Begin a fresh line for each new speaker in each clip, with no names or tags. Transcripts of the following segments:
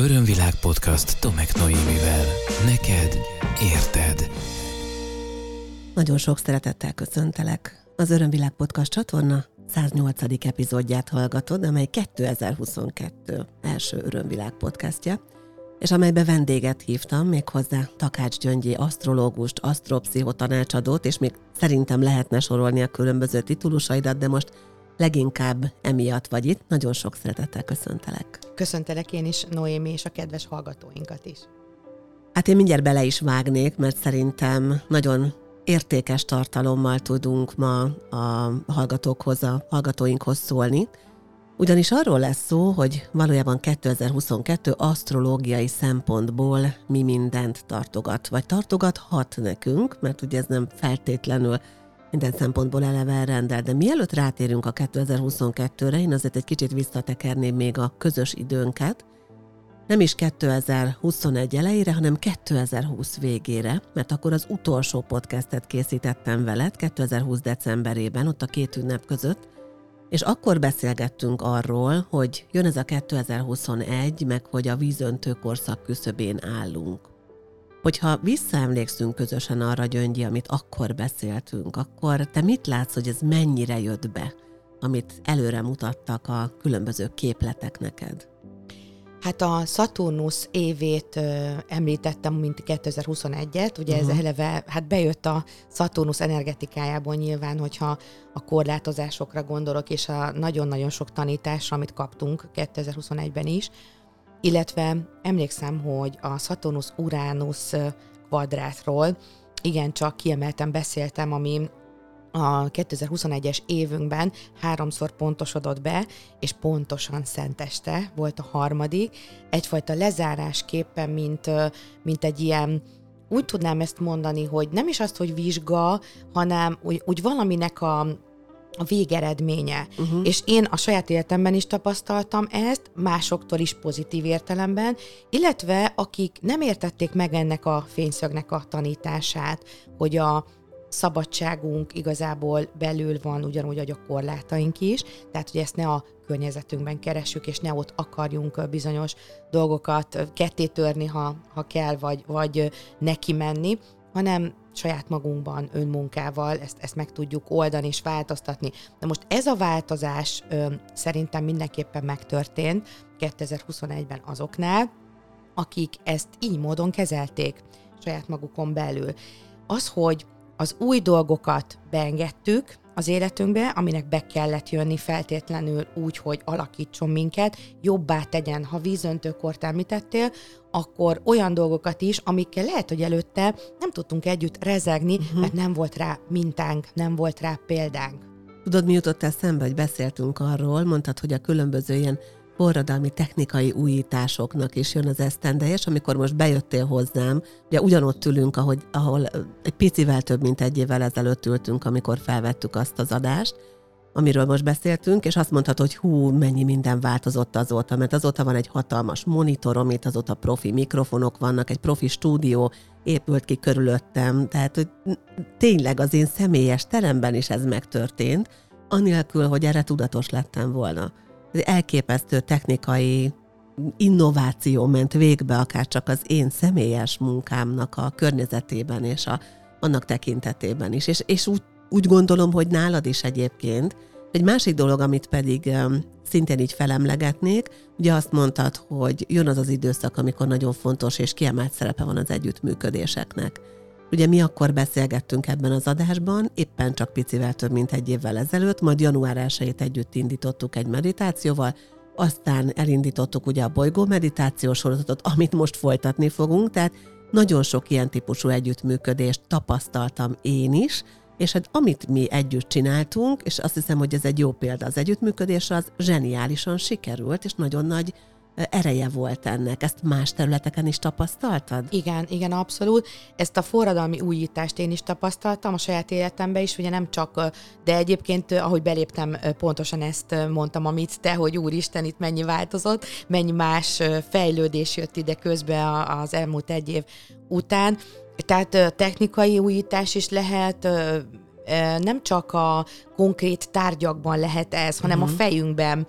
Örömvilág podcast Tomek Noémivel. Neked érted.
Nagyon sok szeretettel köszöntelek. Az Örömvilág podcast csatorna 108. epizódját hallgatod, amely 2022 első Örömvilág podcastja, és amelybe vendéget hívtam, méghozzá Takács Gyöngyi asztrológust, asztropszichotanácsadót, és még szerintem lehetne sorolni a különböző titulusaidat, de most leginkább emiatt vagy itt. Nagyon sok szeretettel köszöntelek.
Köszöntelek én is, Noémi, és a kedves hallgatóinkat is.
Hát én mindjárt bele is vágnék, mert szerintem nagyon értékes tartalommal tudunk ma a hallgatóinkhoz szólni. Ugyanis arról lesz szó, hogy valójában 2022 asztrológiai szempontból mi mindent tartogat, vagy tartogathat nekünk, mert ugye ez nem feltétlenül minden szempontból eleve elrendel, de mielőtt rátérünk a 2022-re, én azért egy kicsit visszatekerném még a közös időnket, nem is 2021 elejére, hanem 2020 végére, mert akkor az utolsó podcastet készítettem veled 2020 decemberében, ott a két ünnep között, és akkor beszélgettünk arról, hogy jön ez a 2021, meg hogy a vízöntő korszak küszöbén állunk. Hogyha visszaemlékszünk közösen arra, Gyöngyi, amit akkor beszéltünk, akkor te mit látsz, hogy ez mennyire jött be, amit előre mutattak a különböző képletek neked?
Hát a Szaturnusz évét említettem, mint 2021-et, ugye ez eleve, hát bejött a Szaturnusz energetikájából nyilván, hogyha a korlátozásokra gondolok, és a nagyon-nagyon sok tanításra, amit kaptunk 2021-ben is, illetve emlékszem, hogy a Szaturnusz-Uránusz kvadrátról igencsak kiemelten beszéltem, ami a 2021-es évünkben 3-szor pontosodott be, és pontosan szenteste volt a harmadik. Egyfajta lezárásképpen, mint egy ilyen, úgy tudnám ezt mondani, hogy nem is azt, hogy vizsga, hanem úgy valaminek a végeredménye. És én a saját életemben is tapasztaltam ezt, másoktól is pozitív értelemben, illetve akik nem értették meg ennek a fényszögnek a tanítását, hogy a szabadságunk igazából belül van, ugyanúgy, hogy a korlátaink is, tehát, hogy ezt ne a környezetünkben keressük, és ne ott akarjunk bizonyos dolgokat ketté törni, ha kell, vagy neki menni, hanem saját magunkban, önmunkával ezt meg tudjuk oldani és változtatni. De most ez a változás szerintem mindenképpen megtörtént 2021-ben azoknál, akik ezt így módon kezelték saját magukon belül. Az, hogy az új dolgokat beengedtük az életünkbe, aminek be kellett jönni feltétlenül úgy, hogy alakítson minket, jobbá tegyen. Ha vízöntőkort említettél, akkor olyan dolgokat is, amikkel lehet, hogy előtte nem tudtunk együtt rezegni, mert nem volt rá mintánk, nem volt rá példánk.
Tudod, mi jutott eszembe, hogy beszéltünk arról, mondtad, hogy a különböző ilyen forradalmi technikai újításoknak is jön az esztendeje, és amikor most bejöttél hozzám, ugye ugyanott ülünk, ahol egy picivel több, mint egy évvel ezelőtt ültünk, amikor felvettük azt az adást, amiről most beszéltünk, és azt mondtad, hogy mennyi minden változott azóta, mert azóta van egy hatalmas monitorom, itt azóta profi mikrofonok vannak, egy profi stúdió épült ki körülöttem, tehát hogy tényleg az én személyes teremben is ez megtörtént, anélkül, hogy erre tudatos lettem volna. Elképesztő technikai innováció ment végbe, akár csak az én személyes munkámnak a környezetében és annak tekintetében is. És úgy gondolom, hogy nálad is egyébként. Egy másik dolog, amit pedig szintén így felemlegetnék, ugye azt mondtad, hogy jön az az időszak, amikor nagyon fontos és kiemelt szerepe van az együttműködéseknek. Ugye mi akkor beszélgettünk ebben az adásban, éppen csak picivel több, mint egy évvel ezelőtt, majd január 1-ét együtt indítottuk egy meditációval, aztán elindítottuk ugye a bolygó meditációs sorozatot, amit most folytatni fogunk, tehát nagyon sok ilyen típusú együttműködést tapasztaltam én is, és hát amit mi együtt csináltunk, és azt hiszem, hogy ez egy jó példa az együttműködésre, az zseniálisan sikerült, és nagyon nagy ereje volt ennek. Ezt más területeken is tapasztaltad?
Igen, abszolút. Ezt a forradalmi újítást én is tapasztaltam a saját életemben is, ugye nem csak, de egyébként, ahogy beléptem, pontosan ezt mondtam, amit te, hogy úristen, itt mennyi változott, mennyi más fejlődés jött ide közbe az elmúlt egy év után. Tehát technikai újítás is lehet, nem csak a konkrét tárgyakban lehet ez, hanem a fejünkben,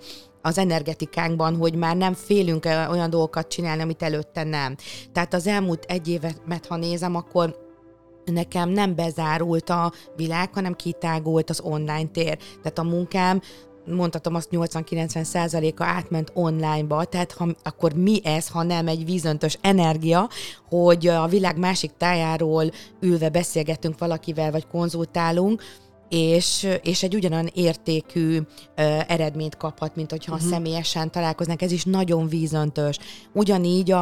az energetikánkban, hogy már nem félünk olyan dolgokat csinálni, amit előtte nem. Tehát az elmúlt 1 évet, ha nézem, akkor nekem nem bezárult a világ, hanem kitágult az online tér. Tehát a munkám, mondhatom azt, 80-90%-a átment online-ba, tehát akkor mi ez, ha nem egy vízöntös energia, hogy a világ másik tájáról ülve beszélgetünk valakivel, vagy konzultálunk, és egy ugyanolyan értékű eredményt kaphat, mint hogyha személyesen találkoznak. Ez is nagyon vízöntös. Ugyanígy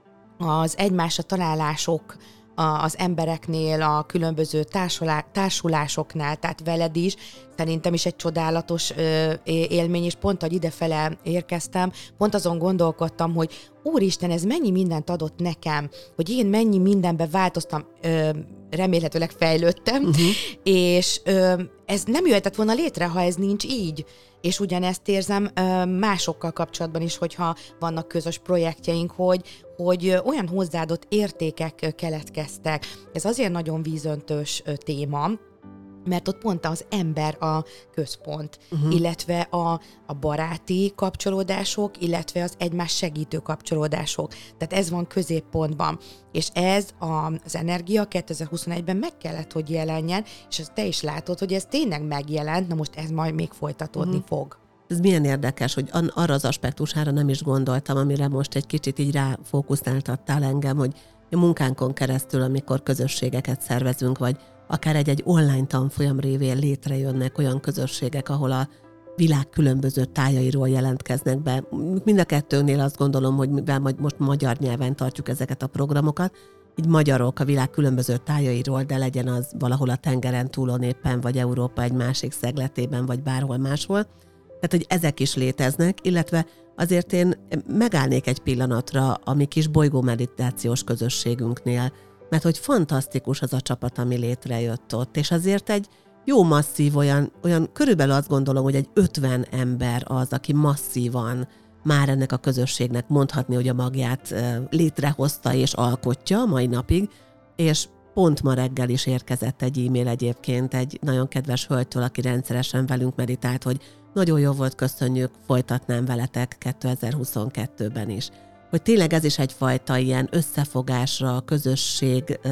az egymásra találások az embereknél, a különböző társulásoknál, tehát veled is, szerintem is egy csodálatos élmény, és pont, hogy idefele érkeztem, pont azon gondolkodtam, hogy úristen, ez mennyi mindent adott nekem, hogy én mennyi mindenbe változtam, remélhetőleg fejlődtem, és ez nem jöhetett volna létre, ha ez nincs így. És ugyanezt érzem másokkal kapcsolatban is, hogyha vannak közös projektjeink, hogy olyan hozzáadott értékek keletkeztek. Ez azért nagyon vízöntős téma, mert ott pont az ember a központ, illetve a baráti kapcsolódások, illetve az egymás segítő kapcsolódások. Tehát ez van középpontban. És ez az energia 2021-ben meg kellett, hogy jelenjen, és ezt te is látod, hogy ez tényleg megjelent, na most ez majd még folytatódni fog.
Ez milyen érdekes, hogy arra az aspektusára nem is gondoltam, amire most egy kicsit így ráfókuszáltattál engem, hogy a munkánkon keresztül, amikor közösségeket szervezünk, vagy akár egy online tanfolyam révén létrejönnek olyan közösségek, ahol a világ különböző tájairól jelentkeznek be. Mind a kettőnél azt gondolom, hogy mivel most magyar nyelven tartjuk ezeket a programokat, így magyarok a világ különböző tájairól, de legyen az valahol a tengeren túlon éppen, vagy Európa egy másik szegletében, vagy bárhol máshol. Tehát, hogy ezek is léteznek, illetve azért én megállnék egy pillanatra a mi kis bolygómeditációs közösségünknél, mert hogy fantasztikus az a csapat, ami létrejött ott, és azért egy jó masszív, olyan körülbelül azt gondolom, hogy egy 50 ember az, aki masszívan már ennek a közösségnek mondhatni, hogy a magját létrehozta és alkotja mai napig, és pont ma reggel is érkezett egy e-mail egyébként egy nagyon kedves hölgytől, aki rendszeresen velünk meditált, hogy nagyon jó volt, köszönjük, folytatnám veletek 2022-ben is. Hogy tényleg ez is egyfajta ilyen összefogásra, közösség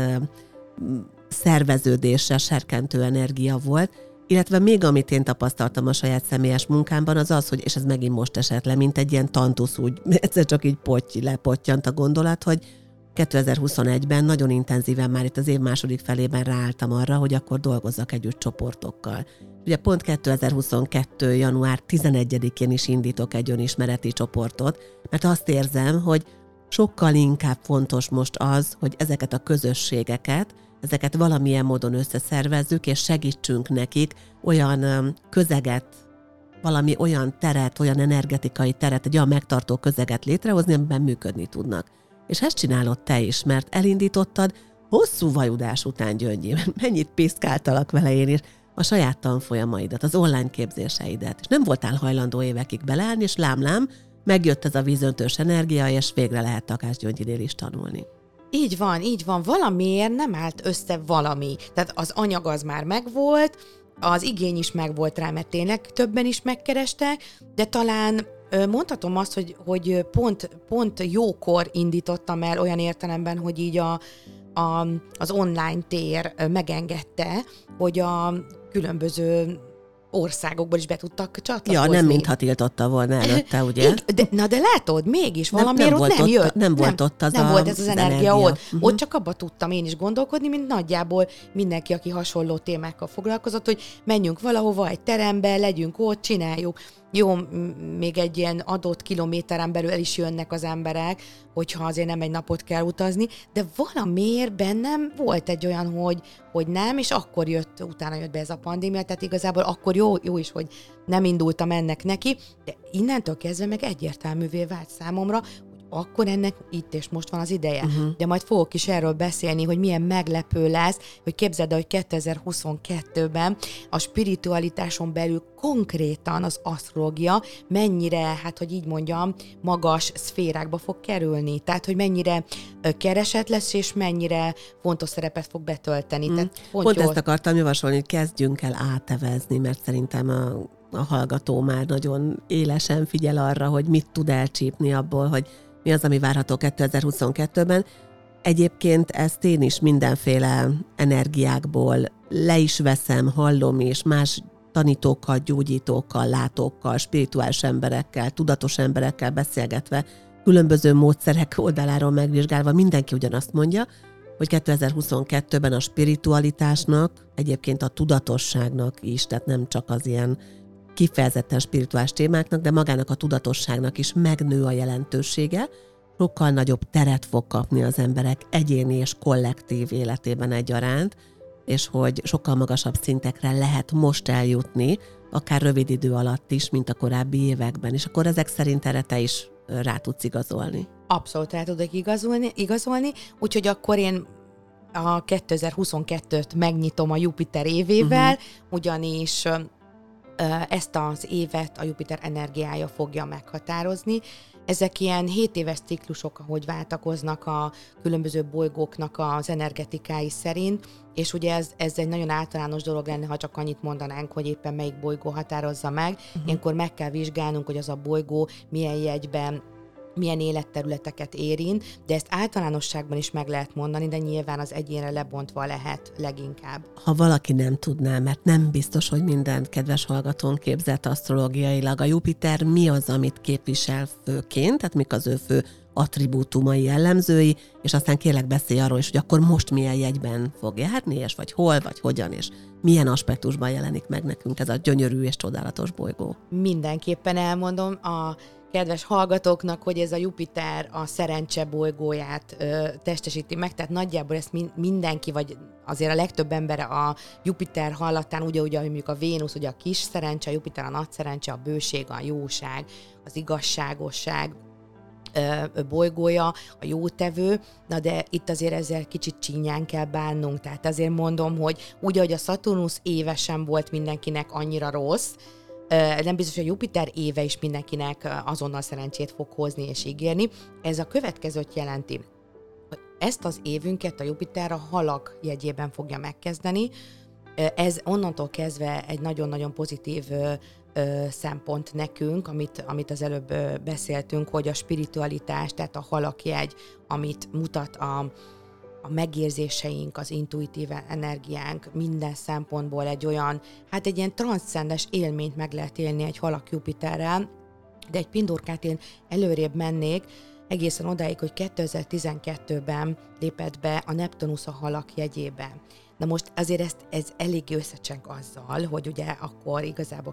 szerveződésre serkentő energia volt, illetve még amit én tapasztaltam a saját személyes munkámban, az az, hogy, és ez megint most esett le, mint egy ilyen tantusz, úgy egyszer csak így lepottyant a gondolat, hogy 2021-ben nagyon intenzíven már itt az év második felében ráálltam arra, hogy akkor dolgozzak együtt csoportokkal. Ugye pont 2022. január 11-én is indítok egy önismereti csoportot, mert azt érzem, hogy sokkal inkább fontos most az, hogy ezeket a közösségeket, ezeket valamilyen módon összeszervezzük, és segítsünk nekik olyan közeget, valami olyan teret, olyan energetikai teret, egy olyan megtartó közeget létrehozni, amiben működni tudnak. És ezt csinálod te is, mert elindítottad hosszú vajudás után, Gyöngyi, mennyit piszkáltalak vele én is, a saját tanfolyamaidat, az online képzéseidet, és nem voltál hajlandó évekig beleállni, és lám, megjött ez a vízöntős energia, és végre lehet Takács Gyöngyinél is tanulni.
Így van, valamiért nem állt össze valami. Tehát az anyag az már megvolt, az igény is megvolt rá, mert tényleg többen is megkerestek, de talán mondhatom azt, hogy pont jókor indítottam el olyan értelemben, hogy így az online tér megengedte, hogy a különböző országokból is be tudtak csatlakozni.
Ja, nem mintha tiltotta volna előtte, ugye?
De látod, mégis valamiért ott nem jött.
Nem volt ott az
nem volt ez az energia ott. Ott csak abba tudtam én is gondolkodni, mint nagyjából mindenki, aki hasonló témákkal foglalkozott, hogy menjünk valahova, egy terembe, legyünk ott, csináljuk. Jó, még egy ilyen adott kilométeren belül el is jönnek az emberek, hogyha azért nem egy napot kell utazni, de valamiért bennem volt egy olyan, hogy nem, és akkor utána jött be ez a pandémia, tehát igazából akkor jó is, hogy nem indultam ennek neki, de innentől kezdve meg egyértelművé vált számomra, akkor ennek itt és most van az ideje. De majd fogok is erről beszélni, hogy milyen meglepő lesz, hogy képzeld el, hogy 2022-ben a spiritualitáson belül konkrétan az asztrológia mennyire, hát hogy így mondjam, magas szférákba fog kerülni. Tehát, hogy mennyire keresett lesz, és mennyire fontos szerepet fog betölteni. Tehát
pont ezt akartam javasolni, hogy kezdjünk el átevezni, mert szerintem a hallgató már nagyon élesen figyel arra, hogy mit tud elcsípni abból, hogy mi az, ami várható 2022-ben. Egyébként ezt én is mindenféle energiákból le is veszem, hallom is, más tanítókkal, gyógyítókkal, látókkal, spirituális emberekkel, tudatos emberekkel beszélgetve, különböző módszerek oldaláról megvizsgálva mindenki ugyanazt mondja, hogy 2022-ben a spiritualitásnak, egyébként a tudatosságnak is, tehát nem csak az ilyen kifejezetten spirituális témáknak, de magának a tudatosságnak is megnő a jelentősége, sokkal nagyobb teret fog kapni az emberek egyéni és kollektív életében egyaránt, és hogy sokkal magasabb szintekre lehet most eljutni, akár rövid idő alatt is, mint a korábbi években. És akkor ezek szerint erre te is rá tudsz igazolni.
Abszolút rá tudok igazolni, úgyhogy akkor én a 2022-t megnyitom a Jupiter évével, ugyanis ezt az évet a Jupiter energiája fogja meghatározni. Ezek ilyen 7 éves ciklusok, ahogy váltakoznak a különböző bolygóknak az energetikái szerint, és ugye ez egy nagyon általános dolog lenne, ha csak annyit mondanánk, hogy éppen melyik bolygó határozza meg. Ilyenkor meg kell vizsgálnunk, hogy az a bolygó milyen jegyben, milyen életterületeket érint, de ezt általánosságban is meg lehet mondani, de nyilván az egyénre lebontva lehet leginkább.
Ha valaki nem tudná, mert nem biztos, hogy minden kedves hallgatón képzelt asztrológiailag, a Jupiter mi az, amit képvisel főként, tehát mik az ő fő attribútumai, jellemzői, és aztán kérlek beszélj arról is, hogy akkor most milyen jegyben fog járni, és vagy hol, vagy hogyan, és milyen aspektusban jelenik meg nekünk ez a gyönyörű és csodálatos bolygó.
Mindenképpen elmondom a kedves hallgatóknak, hogy ez a Jupiter a szerencse bolygóját testesíti meg, tehát nagyjából ezt mindenki, vagy azért a legtöbb ember a Jupiter hallatán, ugye, hogy mondjuk a Vénusz, ugye a kis szerencse, a Jupiter a nagy szerencse, a bőség, a jóság, az igazságosság bolygója, a jótevő, na de itt azért ezzel kicsit csínyán kell bánnunk, tehát azért mondom, hogy úgy, ahogy a Szaturnusz éve sem volt mindenkinek annyira rossz, nem biztos, hogy a Jupiter éve is mindenkinek azonnal szerencsét fog hozni és ígérni. Ez a következőt jelenti, hogy ezt az évünket a Jupiter a halak jegyében fogja megkezdeni. Ez onnantól kezdve egy nagyon-nagyon pozitív szempont nekünk, amit az előbb beszéltünk, hogy a spiritualitás, tehát a halakjegy, amit mutat a megérzéseink, az intuitív energiánk, minden szempontból egy olyan, hát egy ilyen transzcendes élményt meg lehet élni egy halak Jupiterrel, de egy pindurkát én előrébb mennék, egészen odáig, hogy 2012-ben lépett be a Neptunusz a halak jegyébe. Na most azért ez eléggé összecseng azzal, hogy ugye akkor igazából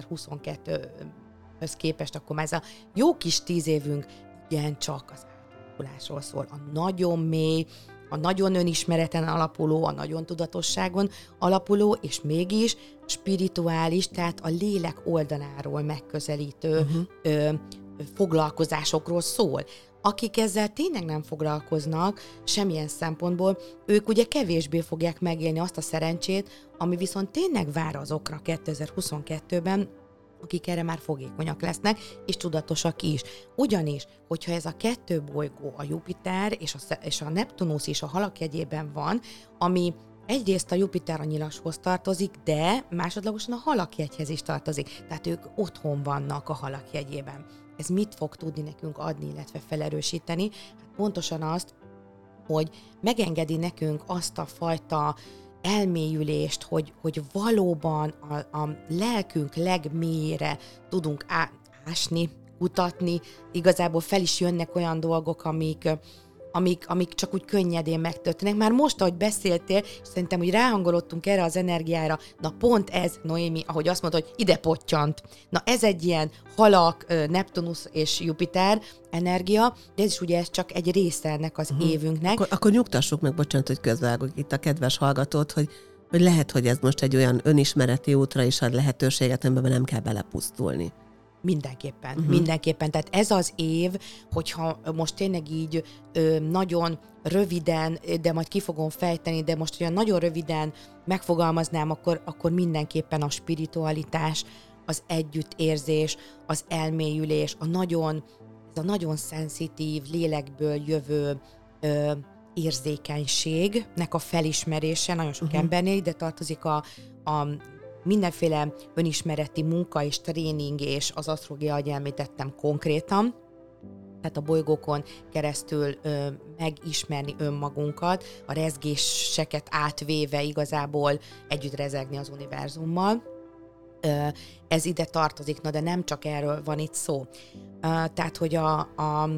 2022-höz képest akkor már ez a jó kis 10 évünk ugyancsak az átalakulásról szól. A nagyon mély, a nagyon önismereten alapuló, a nagyon tudatosságon alapuló, és mégis spirituális, tehát a lélek oldaláról megközelítő foglalkozásokról szól. Akik ezzel tényleg nem foglalkoznak semmilyen szempontból, ők ugye kevésbé fogják megélni azt a szerencsét, ami viszont tényleg vár azokra 2022-ben, akik erre már fogékonyak lesznek, és tudatosak is. Ugyanis, hogyha ez a 2 bolygó, a Jupiter és a Neptunusz is a halak jegyében van, ami egyrészt a Jupiter a nyilashoz tartozik, de másodlagosan a halak jegyhez is tartozik. Tehát ők otthon vannak a halak jegyében. Ez mit fog tudni nekünk adni, illetve felerősíteni? Hát pontosan azt, hogy megengedi nekünk azt a fajta elmélyülést, hogy valóban a lelkünk legmélyére tudunk ásni, kutatni, igazából fel is jönnek olyan dolgok, amik csak úgy könnyedén megtörténnek. Már most, ahogy beszéltél, és szerintem, hogy ráhangolódtunk erre az energiára, na pont ez, Noémi, ahogy azt mondta, hogy ide pottyant. Na ez egy ilyen halak, Neptunusz és Jupiter energia, de ez is ugye ez csak egy része ennek az évünknek.
Akkor nyugtassuk meg, bocsánat, hogy közvágok itt a kedves hallgatót, hogy lehet, hogy ez most egy olyan önismereti útra is ad lehetőséget, amiben nem kell belepusztulni.
Mindenképpen. Tehát ez az év, hogyha most tényleg így nagyon röviden, de majd ki fogom fejteni, de most olyan nagyon röviden megfogalmaznám, akkor mindenképpen a spiritualitás, az együttérzés, az elmélyülés, ez a nagyon szenzitív, lélekből jövő érzékenységnek a felismerése, nagyon sok embernél ide tartozik a mindenféle önismereti munka és tréning és az asztrológia, ahogy említettem konkrétan, tehát a bolygókon keresztül megismerni önmagunkat, a rezgéseket átvéve igazából együtt rezegni az univerzummal. Ez ide tartozik, de nem csak erről van itt szó. Tehát, hogy a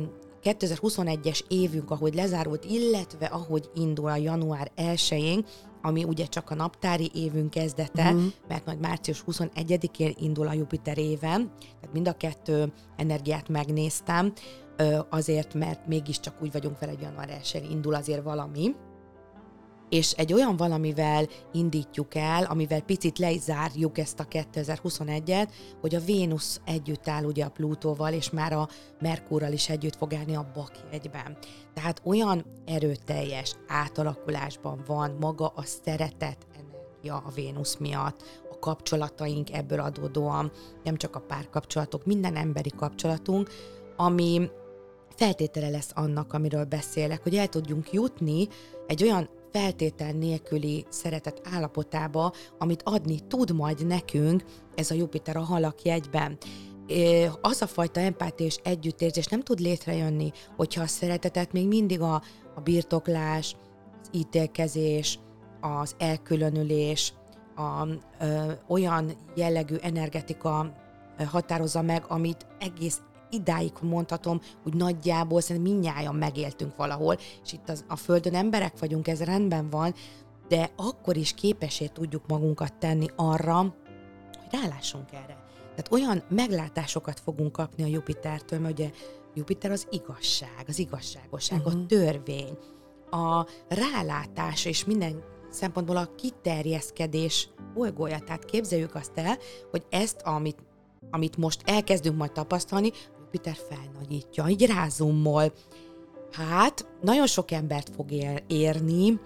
2021-es évünk, ahogy lezárult, illetve ahogy indul a január 1-én, ami ugye csak a naptári évünk kezdete, mert majd március 21-én indul a Jupiter éven, tehát mind a kettő energiát megnéztem, azért, mert mégiscsak úgy vagyunk vele, hogy január 1-én indul azért valami, és egy olyan valamivel indítjuk el, amivel picit le is zárjuk ezt a 2021-et, hogy a Vénusz együtt áll ugye a Plutóval, és már a Merkurral is együtt fog állni a Bakjegyben. Tehát olyan erőteljes átalakulásban van maga a szeretet energia a Vénusz miatt, a kapcsolataink ebből adódóan, nem csak a párkapcsolatok, minden emberi kapcsolatunk, ami feltétele lesz annak, amiről beszélek, hogy el tudjunk jutni egy olyan feltétel nélküli szeretet állapotába, amit adni tud majd nekünk ez a Jupiter a Halak jegyben. Az a fajta empátia és együttérzés nem tud létrejönni, hogyha a szeretetet még mindig a birtoklás, az ítélkezés, az elkülönülés, olyan jellegű energetika határozza meg, amit egész idáig mondhatom, hogy nagyjából szerintem mindnyájan megéltünk valahol, és itt a Földön emberek vagyunk, ez rendben van, de akkor is képessé tudjuk magunkat tenni arra, hogy rálássunk erre. Tehát olyan meglátásokat fogunk kapni a Jupitertől, mert ugye Jupiter az igazság, az igazságosság, a törvény, a rálátás és minden szempontból a kiterjeszkedés bolygója. Tehát képzeljük azt el, hogy ezt, amit most elkezdünk majd tapasztalni, Jupiter felnagyítja, így rázummol. Hát, nagyon sok embert fog érni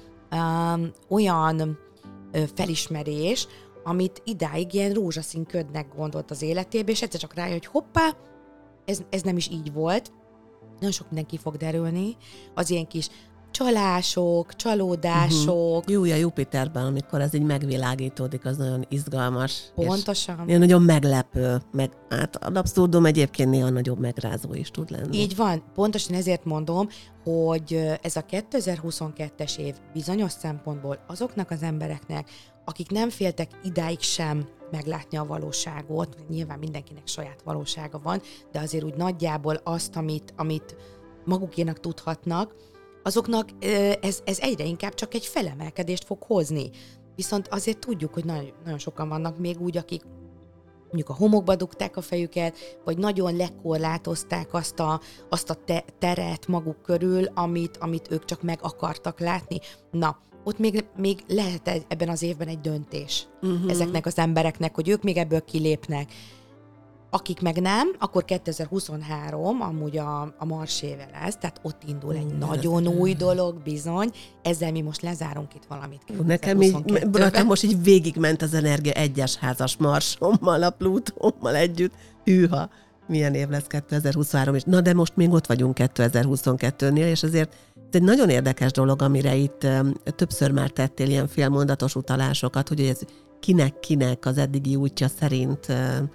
olyan felismerés, amit idáig ilyen rózsaszín ködnek gondolt az életébe, és egyszer csak rájön, hogy hoppá, ez nem is így volt. Nagyon sok mindenki fog derülni. Az ilyen kis csalások, csalódások.
Jó, a Jupiterben, amikor ez így megvilágítódik, az nagyon izgalmas.
Pontosan.
És nagyon meglepő, meg hát ad abszurdum egyébként néha nagyobb megrázó is tud lenni.
Így van, pontosan ezért mondom, hogy ez a 2022-es év bizonyos szempontból azoknak az embereknek, akik nem féltek idáig sem meglátni a valóságot, nyilván mindenkinek saját valósága van, de azért úgy nagyjából azt, amit magukénak tudhatnak, azoknak ez egyre inkább csak egy felemelkedést fog hozni. Viszont azért tudjuk, hogy nagyon sokan vannak még úgy, akik mondjuk a homokba dugták a fejüket, vagy nagyon lekorlátozták azt a teret maguk körül, amit ők csak meg akartak látni. Na, ott még lehet ebben az évben egy döntés ezeknek az embereknek, hogy ők még ebből kilépnek. Akik meg nem, akkor 2023 amúgy a Mars éve lesz, tehát ott indul egy nagyon új dolog, bizony. Ezzel mi most lezárunk itt valamit.
Nekem most így végigment az energia egyes házas Marsommal, a Plutómmal együtt. Hűha, milyen év lesz 2023 is. Na de most még ott vagyunk 2022-nél, és azért ez egy nagyon érdekes dolog, amire itt többször már tettél ilyen félmondatos utalásokat, hogy ez kinek az eddigi útja szerint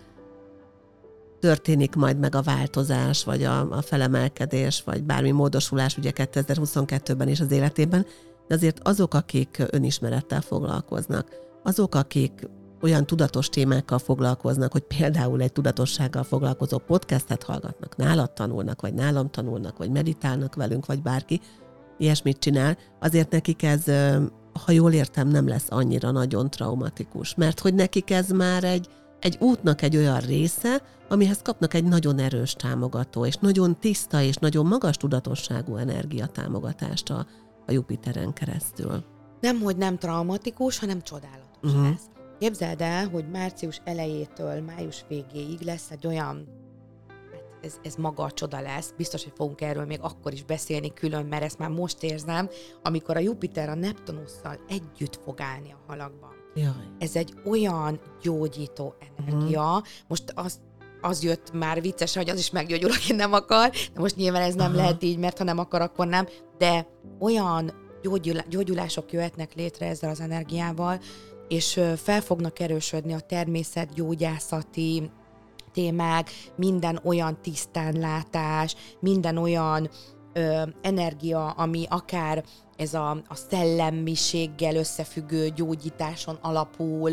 történik majd meg a változás, vagy a felemelkedés, vagy bármi módosulás ugye 2022-ben is az életében, de azért azok, akik önismerettel foglalkoznak, azok, akik olyan tudatos témákkal foglalkoznak, hogy például egy tudatossággal foglalkozó podcastet hallgatnak, nálad tanulnak, vagy nálam tanulnak, vagy meditálnak velünk, vagy bárki ilyesmit csinál, azért nekik ez, ha jól értem, nem lesz annyira nagyon traumatikus, mert hogy nekik ez már egy útnak egy olyan része, amihez kapnak egy nagyon erős támogató, és nagyon tiszta és nagyon magas tudatosságú energiatámogatást a Jupiteren keresztül.
Nemhogy nem traumatikus, hanem csodálatos lesz. Képzeld el, hogy március elejétől május végéig lesz egy olyan, ez maga a csoda lesz, biztos, hogy fogunk erről még akkor is beszélni külön, mert ezt már most érzem, amikor a Jupiter a Neptunusszal együtt fog állni a Halakban.
Jaj.
Ez egy olyan gyógyító energia, most az jött már vicces, hogy az is meggyógyul, aki nem akar, de most nyilván ez nem lehet így, mert ha nem akar, akkor nem, de olyan gyógyulások jöhetnek létre ezzel az energiával, és fel fognak erősödni a természetgyógyászati témák, minden olyan tisztánlátás, minden olyan energia, ami akár ez a szellemiséggel összefüggő gyógyításon alapul,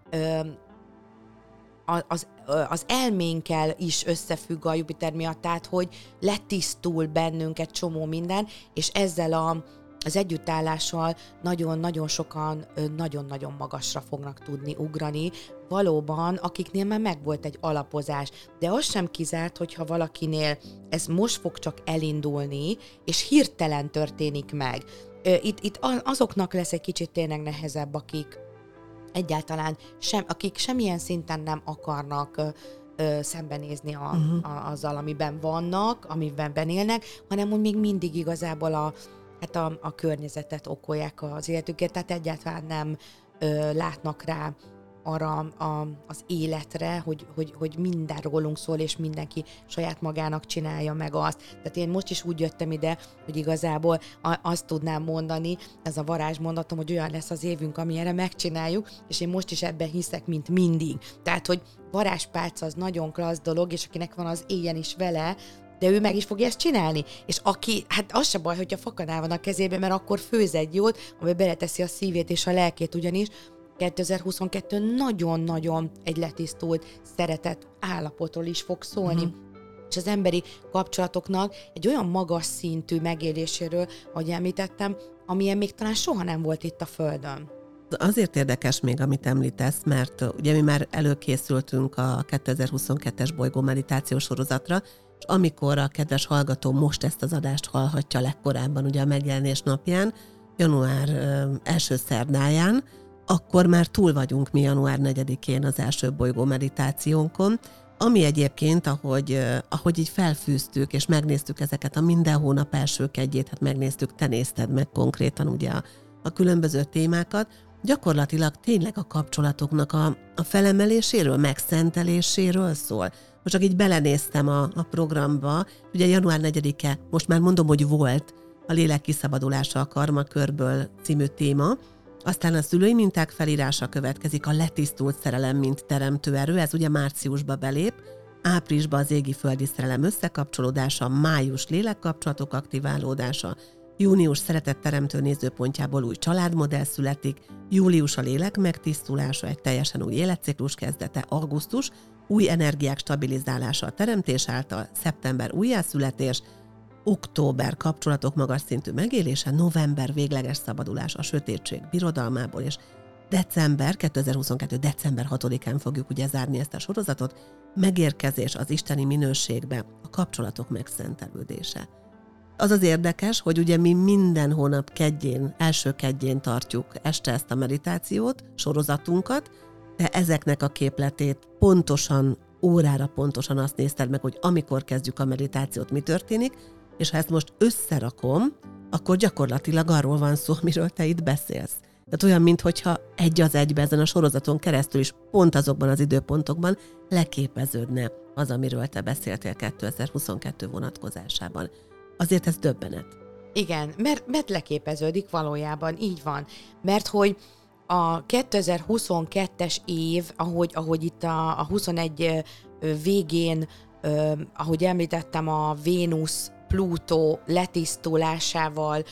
az elménkkel is összefügg a Jupiter miatt, tehát hogy letisztul bennünk egy csomó minden, és ezzel az együttállással nagyon-nagyon sokan nagyon-nagyon magasra fognak tudni ugrani, valóban, akiknél már megvolt egy alapozás. De az sem kizárt, hogyha valakinél ez most fog csak elindulni, és hirtelen történik meg. Itt azoknak lesz egy kicsit tényleg nehezebb, akik egyáltalán akik semmilyen szinten nem akarnak szembenézni azzal, amiben vannak, amiben élnek, hanem hogy még mindig igazából a környezetet okolják az életüket, tehát egyáltalán nem látnak rá arra az életre, hogy minden rólunk szól, és mindenki saját magának csinálja meg azt. Tehát én most is úgy jöttem ide, hogy igazából azt tudnám mondani, ez a varázsmondatom, hogy olyan lesz az évünk, ami erre megcsináljuk, és én most is ebben hiszek, mint mindig. Tehát, hogy varázspálca az nagyon klassz dolog, és akinek van, az éljen is vele, de ő meg is fogja ezt csinálni. És aki, hát az se baj, hogyha fakanál van a kezében, mert akkor főz egy jót, amiben beleteszi a szívét és a lelkét, ugyanis 2022 nagyon-nagyon egy letisztult, szeretett állapotról is fog szólni. És az emberi kapcsolatoknak egy olyan magas szintű megéléséről, ahogy említettem, amilyen még talán soha nem volt itt a Földön.
Azért érdekes még, amit említesz, mert ugye mi már előkészültünk a 2022-es bolygó meditációs sorozatra, és amikor a kedves hallgató most ezt az adást hallhatja legkorábban, ugye a megjelenés napján, január első szerdáján, akkor már túl vagyunk mi január 4-én az első bolygó meditációnkon, ami egyébként, ahogy így felfűztük, és megnéztük ezeket a minden hónap első kedjét, hát megnéztük, te nézted meg konkrétan ugye a különböző témákat, gyakorlatilag tényleg a kapcsolatoknak a felemeléséről, megszenteléséről szól. Most csak így belenéztem a programba, ugye január 4-e, most már mondom, hogy volt a lélek kiszabadulása a karmakörből című téma, aztán a szülői minták felírása következik, a letisztult szerelem, mint teremtő erő, ez ugye márciusba belép, áprilisban az égi-földi szerelem összekapcsolódása, május lélekkapcsolatok aktiválódása, június szeretetteremtő nézőpontjából új családmodell születik, július a lélek megtisztulása, egy teljesen új életciklus kezdete, augusztus, új energiák stabilizálása a teremtés által, szeptember újjászületés, október kapcsolatok magas szintű megélése, november végleges szabadulás a sötétség birodalmából, és december, 2022. december 6-án fogjuk ugye zárni ezt a sorozatot, megérkezés az isteni minőségbe, a kapcsolatok megszentelődése. Az az érdekes, hogy ugye mi minden hónap kedjén, első kedjén tartjuk este ezt a meditációt, sorozatunkat, de ezeknek a képletét pontosan, órára pontosan azt nézted meg, hogy amikor kezdjük a meditációt, mi történik, és ha ezt most összerakom, akkor gyakorlatilag arról van szó, amiről te itt beszélsz. Tehát olyan, minthogyha egy az egybe ezen a sorozaton keresztül is pont azokban az időpontokban leképeződne az, amiről te beszéltél 2022 vonatkozásában. Azért ez döbbenet.
Igen, mert leképeződik valójában, így van. Mert hogy a 2022-es év, ahogy itt a 21 végén, ahogy említettem, a Vénusz Plutó letisztulásával,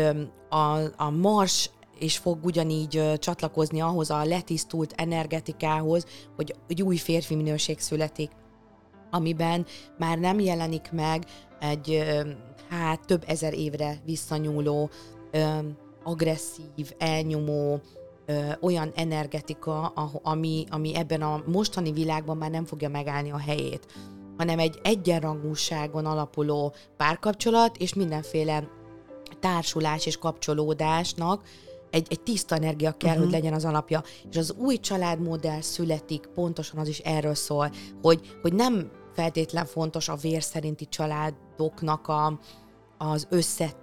a Mars és fog ugyanígy csatlakozni ahhoz a letisztult energetikához, hogy egy új férfi minőség születik, amiben már nem jelenik meg egy több ezer évre visszanyúló, agresszív, elnyomó, olyan energetika, ami ebben a mostani világban már nem fogja megállni a helyét, hanem egy egyenrangúságon alapuló párkapcsolat, és mindenféle társulás és kapcsolódásnak egy tiszta energia kell, hogy legyen az alapja. És az új családmodell születik, pontosan az is erről szól, hogy nem feltétlen fontos a vér szerinti családoknak az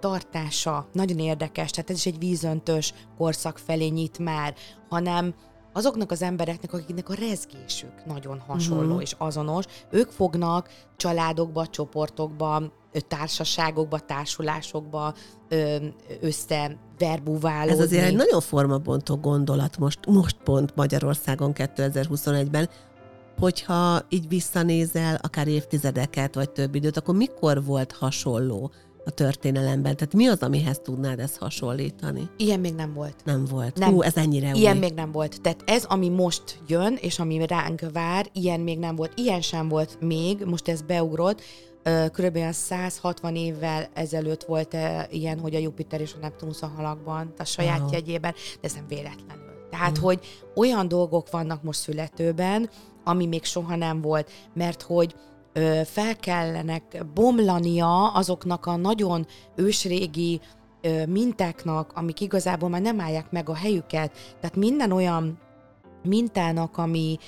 összetartása. Nagyon érdekes, tehát ez is egy vízöntős korszak felé nyit már, hanem azoknak az embereknek, akiknek a rezgésük nagyon hasonló és azonos, ők fognak családokba, csoportokba, társaságokba, társulásokba összeverbuválódni.
Ez azért egy nagyon formabontó gondolat most pont Magyarországon 2021-ben, hogyha így visszanézel akár évtizedeket, vagy több időt, akkor mikor volt hasonló a történelemben? Tehát mi az, amihez tudnád ezt hasonlítani?
Ilyen még nem volt.
Nem volt.
Nem.
Ez ennyire új.
Ilyen még nem volt. Tehát ez, ami most jön, és ami ránk vár, ilyen még nem volt. Ilyen sem volt még, most ez beugrott. Körülbelül 160 évvel ezelőtt volt ilyen, hogy a Jupiter és a Neptunusz a halakban, a saját jegyében, de ez nem véletlenül. Tehát, hogy olyan dolgok vannak most születőben, ami még soha nem volt, mert hogy fel kellenek bomlania azoknak a nagyon ősrégi mintáknak, amik igazából már nem állják meg a helyüket. Tehát minden olyan mintának,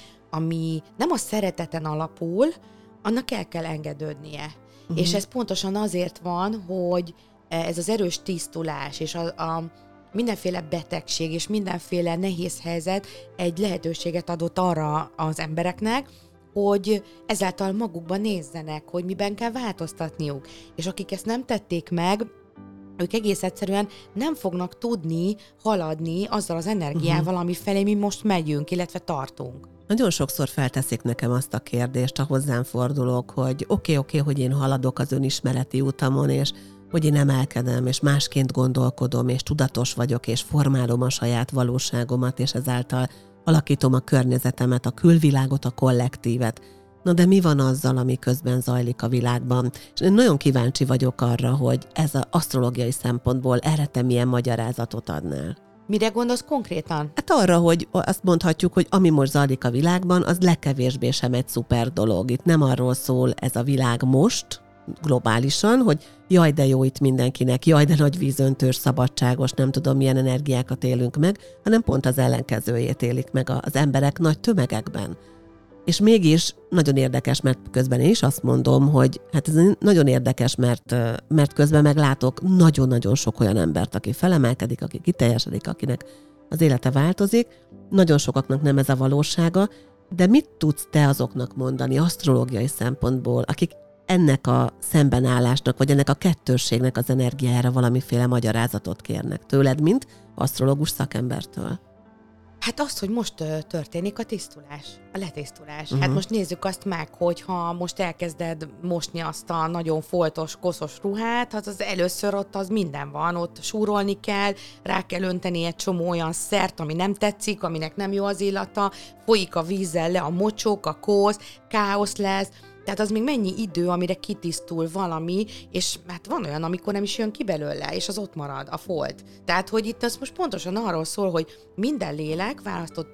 ami nem a szereteten alapul, annak el kell engedődnie. És ez pontosan azért van, hogy ez az erős tisztulás és a mindenféle betegség és mindenféle nehéz helyzet egy lehetőséget adott arra az embereknek, hogy ezáltal magukban nézzenek, hogy miben kell változtatniuk. És akik ezt nem tették meg, ők egész egyszerűen nem fognak tudni haladni azzal az energiával, ami felé mi most megyünk, illetve tartunk.
Nagyon sokszor felteszik nekem azt a kérdést, ha hozzám fordulok, hogy oké, hogy én haladok az önismereti utamon, és hogy én emelkedem, és másként gondolkodom, és tudatos vagyok, és formálom a saját valóságomat, és ezáltal alakítom a környezetemet, a külvilágot, a kollektívet. Na de mi van azzal, ami közben zajlik a világban? És én nagyon kíváncsi vagyok arra, hogy ez az asztrológiai szempontból erre te milyen magyarázatot adnál.
Mire gondolsz konkrétan?
Hát arra, hogy azt mondhatjuk, hogy ami most zajlik a világban, az legkevésbé sem egy szuper dolog. Itt nem arról szól ez a világ most, globálisan, hogy jaj, de jó itt mindenkinek, jaj, de nagy vízöntős, szabadságos, nem tudom, milyen energiákat élünk meg, hanem pont az ellenkezőjét élik meg az emberek nagy tömegekben. És mégis nagyon érdekes, mert közben én is azt mondom, hogy hát ez nagyon érdekes, mert közben meglátok nagyon-nagyon sok olyan embert, aki felemelkedik, aki kiteljesedik, akinek az élete változik. Nagyon sokaknak nem ez a valósága, de mit tudsz te azoknak mondani asztrológiai szempontból, akik ennek a szembenállásnak, vagy ennek a kettősségnek az energiájára valamiféle magyarázatot kérnek tőled, mint asztrológus szakembertől?
Hát azt, hogy most történik a tisztulás, a letisztulás. Hát most nézzük azt meg, hogy ha most elkezded mosni azt a nagyon foltos, koszos ruhát, hát az először ott az minden van, ott súrolni kell, rá kell önteni egy csomó olyan szert, ami nem tetszik, aminek nem jó az illata, folyik a vízzel le a mocsok, a kósz, káosz lesz. Tehát az még mennyi idő, amire kitisztul valami, és hát van olyan, amikor nem is jön ki belőle, és az ott marad, a folt. Tehát, hogy itt az most pontosan arról szól, hogy minden lélek választott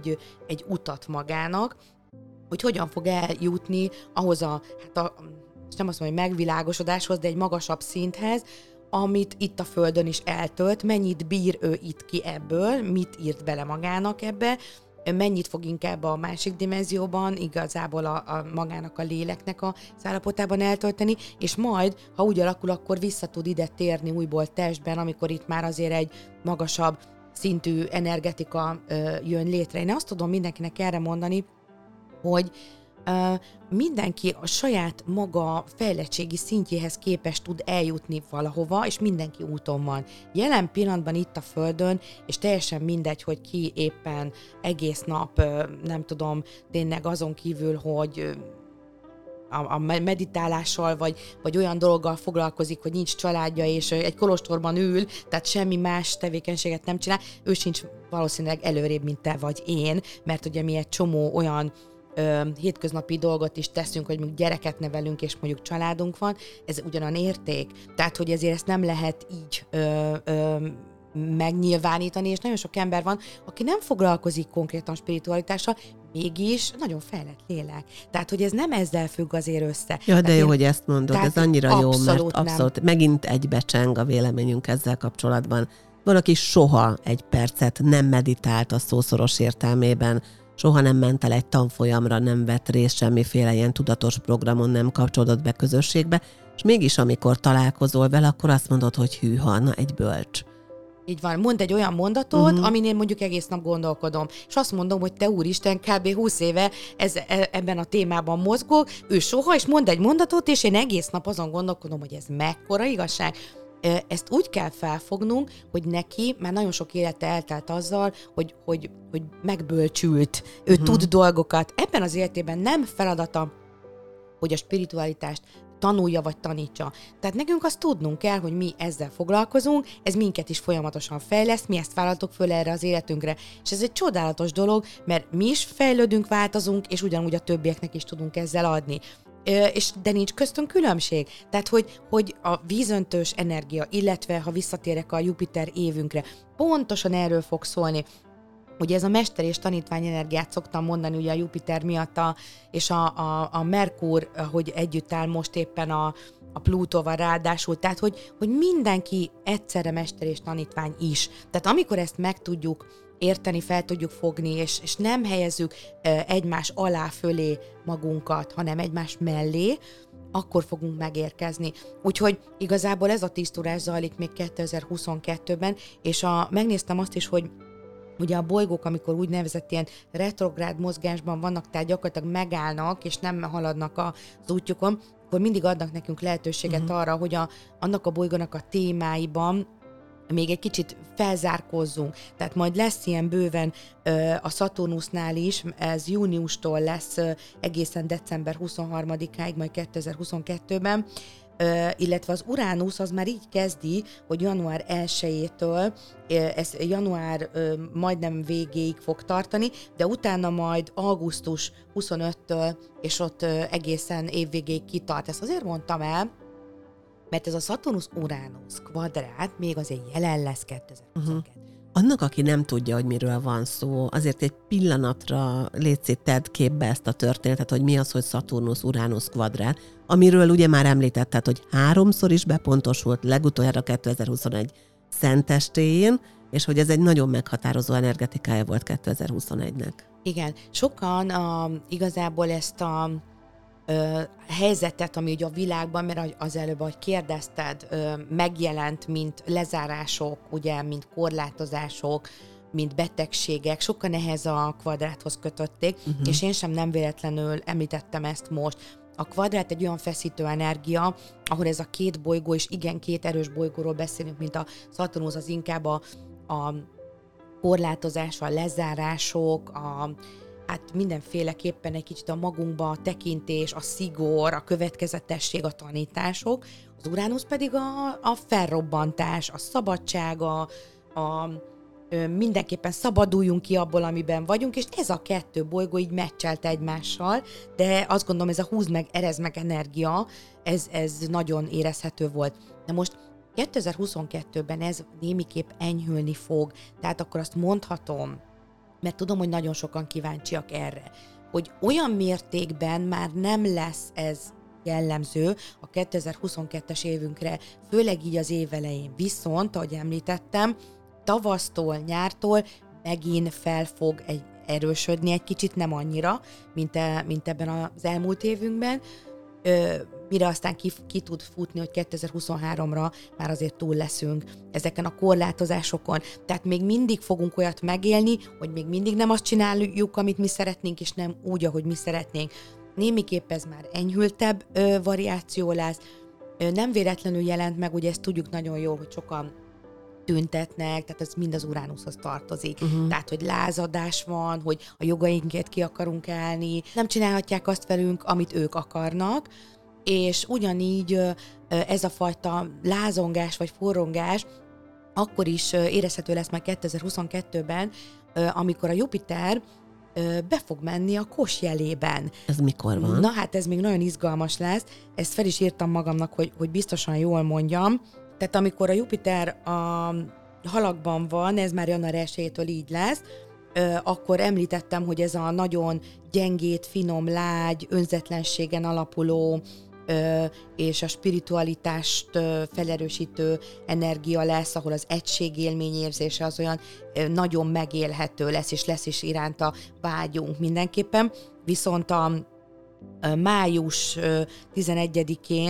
egy utat magának, hogy hogyan fog eljutni ahhoz nem azt mondom, hogy megvilágosodáshoz, de egy magasabb szinthez, amit itt a Földön is eltölt, mennyit bír ő itt ki ebből, mit írt bele magának ebbe, mennyit fog inkább a másik dimenzióban, igazából a magának a léleknek a állapotában eltölteni, és majd, ha úgy alakul, akkor vissza tud ide térni újból testben, amikor itt már azért egy magasabb szintű energetika jön létre. Én azt tudom mindenkinek erre mondani, hogy mindenki a saját maga fejlettségi szintjéhez képest tud eljutni valahova, és mindenki úton van. Jelen pillanatban itt a Földön, és teljesen mindegy, hogy ki éppen egész nap, nem tudom, tényleg azon kívül, hogy a meditálással, vagy olyan dologgal foglalkozik, hogy nincs családja, és egy kolostorban ül, tehát semmi más tevékenységet nem csinál, ő sincs valószínűleg előrébb, mint te vagy én, mert ugye mi egy csomó olyan hétköznapi dolgot is teszünk, hogy még gyereket nevelünk, és mondjuk családunk van, ez ugyanan érték. Tehát, hogy ezért ezt nem lehet így megnyilvánítani, és nagyon sok ember van, aki nem foglalkozik konkrétan spiritualitással, mégis nagyon fejlett lélek. Tehát, hogy ez nem ezzel függ azért össze.
Ja, de jó, hogy ezt mondod, ez annyira jó, mert
abszolút
abszolút megint egybecseng a véleményünk ezzel kapcsolatban. Valaki soha egy percet nem meditált a szószoros értelmében, soha nem ment el egy tanfolyamra, nem vett részt semmiféle ilyen tudatos programon, nem kapcsolódott be közösségbe, és mégis amikor találkozol vele, akkor azt mondod, hogy hűha, na egy bölcs.
Így van, mondd egy olyan mondatot, amin én mondjuk egész nap gondolkodom. És azt mondom, hogy te úristen, kb. 20 éve ebben a témában mozgok, ő soha, és mond egy mondatot, és én egész nap azon gondolkodom, hogy ez mekkora igazság. Ezt úgy kell felfognunk, hogy neki már nagyon sok élete eltelt azzal, hogy megbölcsült, ő tud dolgokat. Ebben az életében nem feladata, hogy a spiritualitást tanulja vagy tanítsa. Tehát nekünk azt tudnunk kell, hogy mi ezzel foglalkozunk, ez minket is folyamatosan fejleszt, mi ezt vállaltuk föl erre az életünkre. És ez egy csodálatos dolog, mert mi is fejlődünk, változunk, és ugyanúgy a többieknek is tudunk ezzel adni. De nincs köztünk különbség. Tehát, hogy a vízöntős energia, illetve ha visszatérek a Jupiter évünkre, pontosan erről fog szólni. Ugye ez a mester és tanítvány energiát szoktam mondani, ugye a Jupiter miatt, és a Merkur, hogy együtt áll most éppen a Plútóval ráadásul, tehát hogy mindenki egyszerre mester és tanítvány is. Tehát amikor ezt meg tudjuk érteni, fel tudjuk fogni, és nem helyezzük egymás alá fölé magunkat, hanem egymás mellé, akkor fogunk megérkezni. Úgyhogy igazából ez a tisztulás zajlik még 2022-ben, és megnéztem azt is, hogy ugye a bolygók, amikor úgynevezett ilyen retrográd mozgásban vannak, tehát gyakorlatilag megállnak, és nem haladnak az útjukon, akkor mindig adnak nekünk lehetőséget arra, hogy annak a bolygónak a témáiban még egy kicsit felzárkózzunk. Tehát majd lesz ilyen bőven a Szaturnusnál is, ez júniustól lesz egészen december 23-áig, majd 2022-ben, illetve az Uránusz az már így kezdi, hogy január 1-től, ez január majdnem végéig fog tartani, de utána majd augusztus 25-től, és ott egészen évvégéig kitart. Ezt azért mondtam el, mert ez a Szaturnusz-Uránusz kvadrát még azért jelen lesz 2022.
Annak, aki nem tudja, hogy miről van szó, azért egy pillanatra létszik, tedd képbe ezt a történetet, hogy mi az, hogy Szaturnusz-Uránusz kvadrát, amiről ugye már említetted, hogy 3-szor is bepontosult, legutoljára 2021 szentestéjén, és hogy ez egy nagyon meghatározó energetikája volt 2021-nek.
Igen, sokan igazából ezt a helyzetet, ami ugye a világban, mert az előbb, ahogy kérdezted, megjelent, mint lezárások, ugye, mint korlátozások, mint betegségek, sokan ehhez a kvadráthoz kötötték, és én sem nem véletlenül említettem ezt most. A kvadrát egy olyan feszítő energia, ahol ez a két bolygó, és igen, két erős bolygóról beszélünk, mint a Szaturnusz, az inkább a korlátozás, a lezárások, hát mindenféleképpen egy kicsit a magunkba a tekintés, a szigor, a következetesség, a tanítások, az Uránusz pedig a felrobbantás, a szabadság, mindenképpen szabaduljunk ki abból, amiben vagyunk, és ez a kettő bolygó így meccselt egymással, de azt gondolom, ez a húzd meg, erezd meg energia, ez nagyon érezhető volt. De most 2022-ben ez némiképp enyhülni fog, tehát akkor azt mondhatom, mert tudom, hogy nagyon sokan kíváncsiak erre, hogy olyan mértékben már nem lesz ez jellemző a 2022-es évünkre, főleg így az év elején. Viszont, ahogy említettem, tavasztól, nyártól megint fel fog erősödni egy kicsit, nem annyira, mint ebben az elmúlt évünkben, mire aztán ki tud futni, hogy 2023-ra már azért túl leszünk ezeken a korlátozásokon. Tehát még mindig fogunk olyat megélni, hogy még mindig nem azt csináljuk, amit mi szeretnénk, és nem úgy, ahogy mi szeretnénk. Némiképp ez már enyhültebb variáció lesz. Nem véletlenül jelent meg, ugye ezt tudjuk nagyon jól, hogy sokan tüntetnek, tehát ez mind az Uránuszhoz tartozik. Tehát, hogy lázadás van, hogy a jogainkért ki akarunk állni, nem csinálhatják azt velünk, amit ők akarnak, és ugyanígy ez a fajta lázongás vagy forrongás akkor is érezhető lesz majd 2022-ben, amikor a Jupiter be fog menni a Kos jelében.
Ez mikor van?
Na hát ez még nagyon izgalmas lesz, ezt fel is írtam magamnak, hogy biztosan jól mondjam. Tehát amikor a Jupiter a Halakban van, ez már január 1-től így lesz, akkor említettem, hogy ez a nagyon gyengét, finom, lágy, önzetlenségen alapuló és a spiritualitást felerősítő energia lesz, ahol az egységélmény érzése az olyan nagyon megélhető lesz, és lesz is iránta vágyunk mindenképpen. Viszont a május 11-én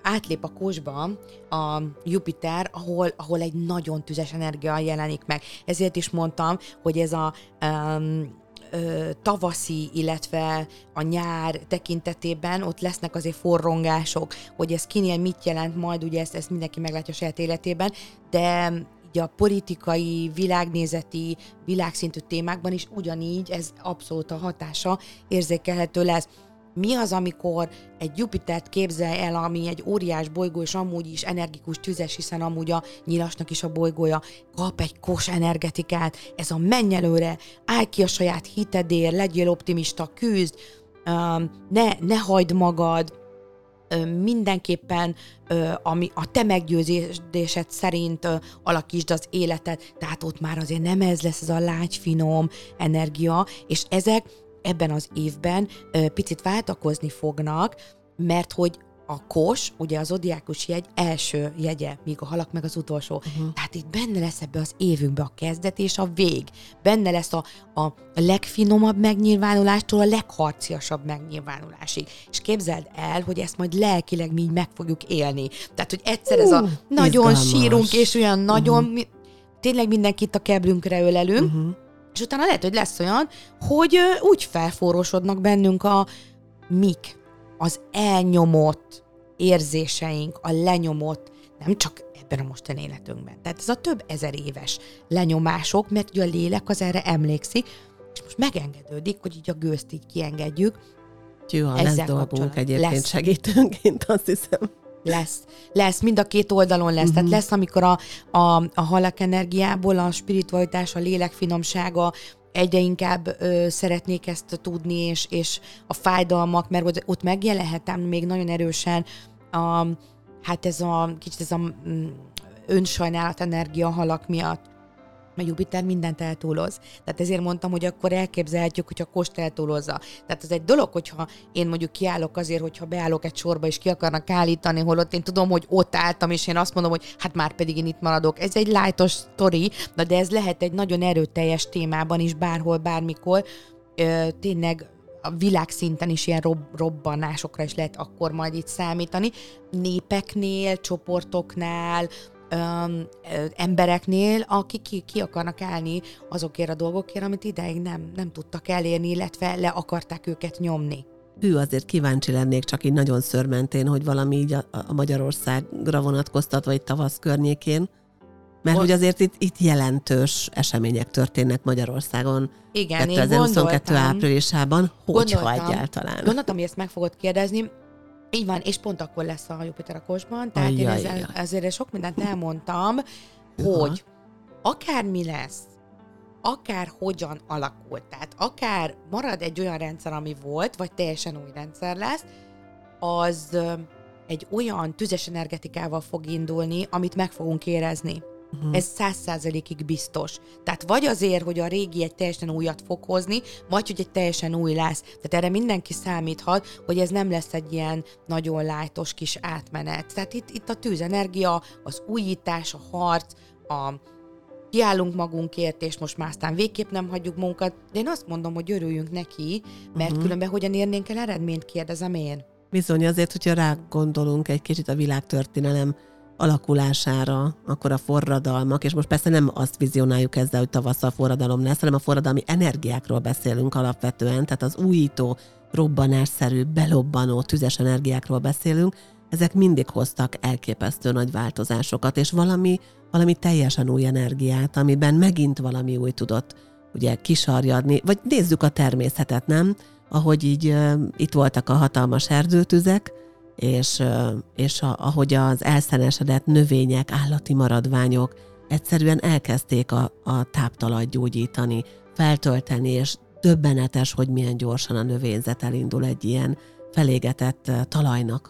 átlép a kósba a Jupiter, ahol egy nagyon tüzes energia jelenik meg. Ezért is mondtam, hogy ez a tavaszi, illetve a nyár tekintetében ott lesznek azért forrongások, hogy ez kinél mit jelent majd, ugye ezt mindenki meglátja a saját életében, de ugye a politikai, világnézeti, világszintű témákban is ugyanígy ez abszolút a hatása érzékelhető lesz. Mi az, amikor egy Jupitert képzel el, ami egy óriás bolygó, és amúgy is energikus, tüzes, hiszen amúgy a nyilasnak is a bolygója, kap egy kos energetikát, ez a menj előre, állj ki a saját hitedért, legyél optimista, küzd, ne hagyd magad, mindenképpen ami a te meggyőződésed szerint alakítsd az életet, tehát ott már azért nem ez lesz, ez a lágy, finom energia, és ezek ebben az évben picit váltakozni fognak, mert hogy a kos, ugye az zodiákus jegy első jegye, míg a halak meg az utolsó. Tehát itt benne lesz ebbe az évünkbe a kezdet és a vég. Benne lesz a legfinomabb megnyilvánulástól a legharciasabb megnyilvánulásig. És képzeld el, hogy ezt majd lelkileg mi így meg fogjuk élni. Tehát, hogy egyszer ez a nagyon sírunk, és olyan nagyon, tényleg mindenkit a keblünkre ölelünk, és utána lehet, hogy lesz olyan, hogy úgy felforrósodnak bennünk a mik, az elnyomott érzéseink, a lenyomott, nem csak ebben a mostani életünkben. Tehát ez a több ezer éves lenyomások, mert ugye a lélek az erre emlékszik, és most megengedődik, hogy így a gőzt így kiengedjük.
Lesz dolgunk egyébként segítőnként, azt hiszem.
Lesz, mind a két oldalon lesz. Tehát lesz, amikor a halak energiából a spiritualitás, a lélek finomsága egyre inkább szeretnék ezt tudni, és a fájdalmak, mert ott megjelenhet még nagyon erősen ez a önsajnálat energia a halak miatt. A Jupiter mindent eltúloz. Tehát ezért mondtam, hogy akkor elképzelhetjük, hogyha Kost eltúlozza. Tehát ez egy dolog, hogyha én mondjuk kiállok azért, hogyha beállok egy sorba, és ki akarnak állítani, holott én tudom, hogy ott álltam, és én azt mondom, hogy hát már pedig én itt maradok. Ez egy lightos sztori, de ez lehet egy nagyon erőteljes témában is, bárhol, bármikor. Tényleg a világszinten is ilyen robbanásokra is lehet akkor majd itt számítani. Népeknél, csoportoknál, embereknél, akik ki akarnak állni azokért a dolgokért, amit ideig nem tudtak elérni, illetve le akarták őket nyomni.
Azért kíváncsi lennék csak így nagyon szőrmentén, hogy valami így a Magyarországra vonatkoztatva, vagy tavasz környékén, mert hogy azért itt jelentős események történnek Magyarországon.
Igen,
2022 áprilisában, hogyha egyáltalán.
Gondoltam, hogy ezt meg fogod kérdezni. Így van, és pont akkor lesz a Jupiter a Kosban, tehát én ezért sok mindent elmondtam, hogy akármi lesz, akár hogyan alakult, tehát akár marad egy olyan rendszer, ami volt, vagy teljesen új rendszer lesz, az egy olyan tüzes energetikával fog indulni, amit meg fogunk érezni. Ez 100%-ig biztos. Tehát vagy azért, hogy a régi egy teljesen újat fog hozni, vagy hogy egy teljesen új lesz. Tehát erre mindenki számíthat, hogy ez nem lesz egy ilyen nagyon lájtos kis átmenet. Tehát itt a tűzenergia, az újítás, a harc, kiállunk magunkért, és most már aztán végképp nem hagyjuk magunkat. De én azt mondom, hogy örüljünk neki, mert különben hogyan érnénk el eredményt, kérdezem én.
Bizony, azért, hogyha rá gondolunk egy kicsit a világtörténelem alakulására, akkor a forradalmak, és most persze nem azt vizionáljuk ezzel, hogy tavasszal forradalom lesz, hanem a forradalmi energiákról beszélünk alapvetően, tehát az újító, robbanásszerű, belobbanó, tüzes energiákról beszélünk, ezek mindig hoztak elképesztő nagy változásokat, és valami teljesen új energiát, amiben megint valami új tudott ugye kisarjadni, vagy nézzük a természetet, nem? Ahogy így itt voltak a hatalmas erdőtüzek, és ahogy az elszenesedett növények, állati maradványok egyszerűen elkezdték a táptalajt gyógyítani, feltölteni, és döbbenetes, hogy milyen gyorsan a növényzet elindul egy ilyen felégetett talajnak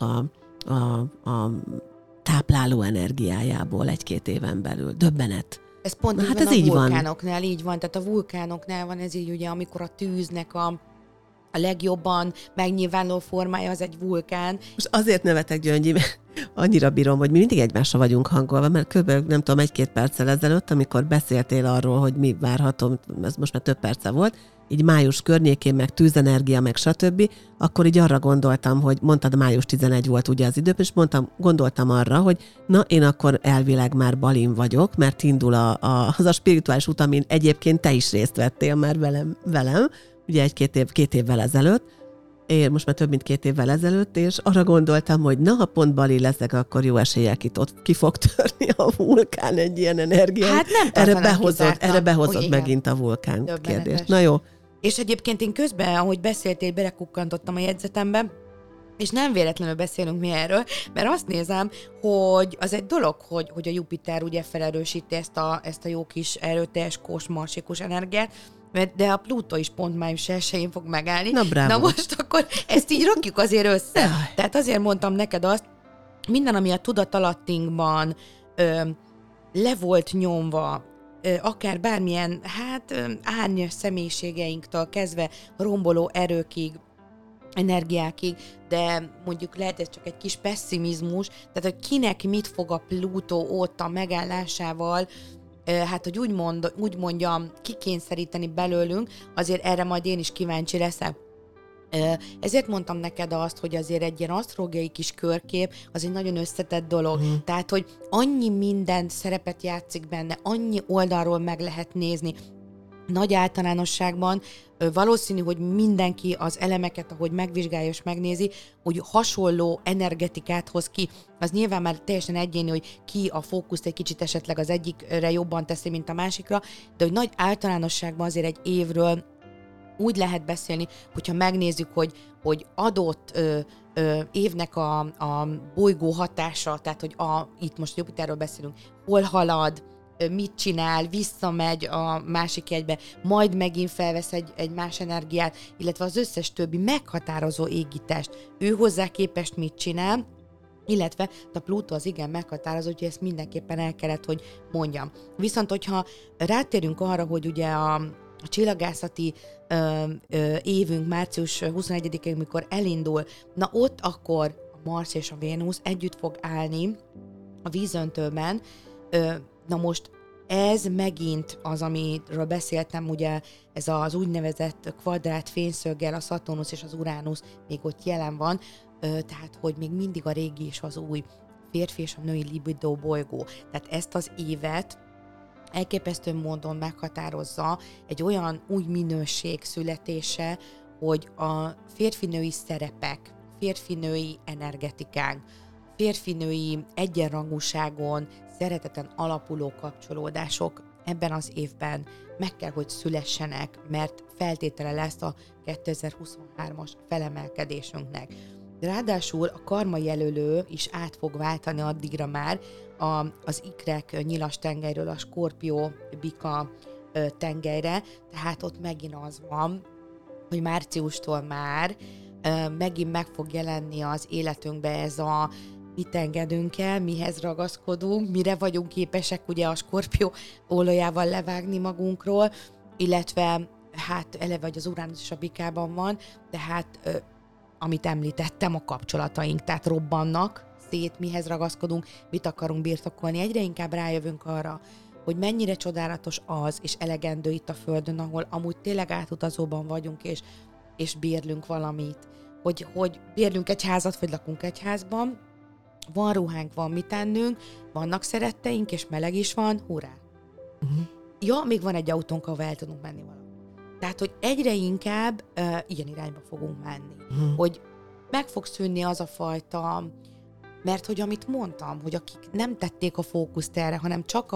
a tápláló energiájából 1-2 éven belül. Döbbenet.
Ez pont
hát
ez
a
vulkánoknál így van, tehát a vulkánoknál van ez így ugye, amikor a tűznek a legjobban megnyilvánuló formája az egy vulkán.
Most azért nevetek, Gyöngyi, Annyira bírom, hogy mi mindig egymásra vagyunk hangolva, mert kb. Nem tudom, 1-2 perccel ezelőtt, amikor beszéltél arról, hogy mi várható, ez most már több perce volt, így május környékén, meg tűzenergia, meg stb., akkor így arra gondoltam, hogy mondtad, május 11 volt ugye az időp, és gondoltam arra, hogy na, én akkor elvileg már Balin vagyok, mert indul az a spirituális út, amin egyébként te is részt vettél már velem ugye 2 évvel ezelőtt, én most már több mint 2 évvel ezelőtt, és arra gondoltam, hogy na, ha pont Bali leszek, akkor jó eséllyel ki fog törni a vulkán egy ilyen energiát.
Hát nem
erre behozott megint a vulkán kérdést. Na jó.
És egyébként én közben, ahogy beszéltél, belekukkantottam a jegyzetembe, és nem véletlenül beszélünk mi erről, mert azt nézem, hogy az egy dolog, hogy a Jupiter ugye felerősíti ezt a jó kis erőteljes kós-marsikus energiát, de a Plutó is pont május 1-én fog megállni. Na most akkor ezt így rakjuk azért össze. Tehát azért mondtam neked azt, minden, ami a tudatalattinkban le volt nyomva, akár bármilyen, árnyas személyiségeinktől kezdve romboló erőkig, energiákig, de mondjuk lehet ez csak egy kis pessimizmus, tehát hogy kinek mit fog a Plutó óta megállásával, hát hogy úgy mondjam, kikényszeríteni belőlünk, azért erre majd én is kíváncsi leszek. Ezért mondtam neked azt, hogy azért egy ilyen asztrológiai kis körkép az egy nagyon összetett dolog. Tehát, hogy annyi minden szerepet játszik benne, annyi oldalról meg lehet nézni, nagy általánosságban valószínű, hogy mindenki az elemeket, ahogy megvizsgálja és megnézi, hogy hasonló energetikát hoz ki. Az nyilván már teljesen egyéni, hogy ki a fókuszt egy kicsit esetleg az egyikre jobban teszi, mint a másikra, de hogy nagy általánosságban azért egy évről úgy lehet beszélni, hogyha megnézzük, hogy adott évnek a bolygó hatása, tehát hogy itt most Jupiterről beszélünk, hol halad, mit csinál, visszamegy a másik jegybe, majd megint felvesz egy más energiát, illetve az összes többi meghatározó égitest. Ő hozzá képest mit csinál, illetve a Plutó az igen meghatározó, hogy ezt mindenképpen el kellett, hogy mondjam. Viszont, hogyha rátérünk arra, hogy ugye a csillagászati évünk március 21-én, mikor elindul, na ott akkor a Mars és a Vénusz együtt fog állni a vízöntőben. Na most ez megint az, amiről beszéltem, ugye ez az úgynevezett kvadrát fényszöggel, a Szaturnusz és az Uránusz még ott jelen van, tehát hogy még mindig a régi és az új férfi és a női libidó bolygó. Tehát ezt az évet elképesztő módon meghatározza egy olyan új minőség születése, hogy a férfi-női szerepek, férfi-női energetikánk, férfi-női egyenrangúságon, szereteten alapuló kapcsolódások ebben az évben meg kell, hogy szülessenek, mert feltétele lesz a 2023-as felemelkedésünknek. Ráadásul a karma jelölő is át fog váltani addigra már az ikrek nyilas tengelyről a Skorpió bika tengelyre, tehát ott megint az van, hogy márciustól már megint meg fog jelenni az életünkbe ez a mit engedünk el, mihez ragaszkodunk, mire vagyunk képesek ugye a Skorpió ólajával levágni magunkról, illetve hát eleve, hogy az Uránusz is a bikában van, tehát amit említettem, a kapcsolataink, tehát robbannak szét, mihez ragaszkodunk, mit akarunk birtokolni. Egyre inkább rájövünk arra, hogy mennyire csodálatos az, és elegendő itt a Földön, ahol amúgy tényleg átutazóban vagyunk, és bérlünk valamit. Hogy bérlünk egy házat, vagy lakunk egy házban, van ruhánk, van mit tennünk, vannak szeretteink, és meleg is van, hurrá! Ja, még van egy autónk, ahol el tudunk menni valahol. Tehát, hogy egyre inkább ilyen irányba fogunk menni. Hogy meg fog szűnni az a fajta, mert hogy amit mondtam, hogy akik nem tették a fókuszt erre, hanem csak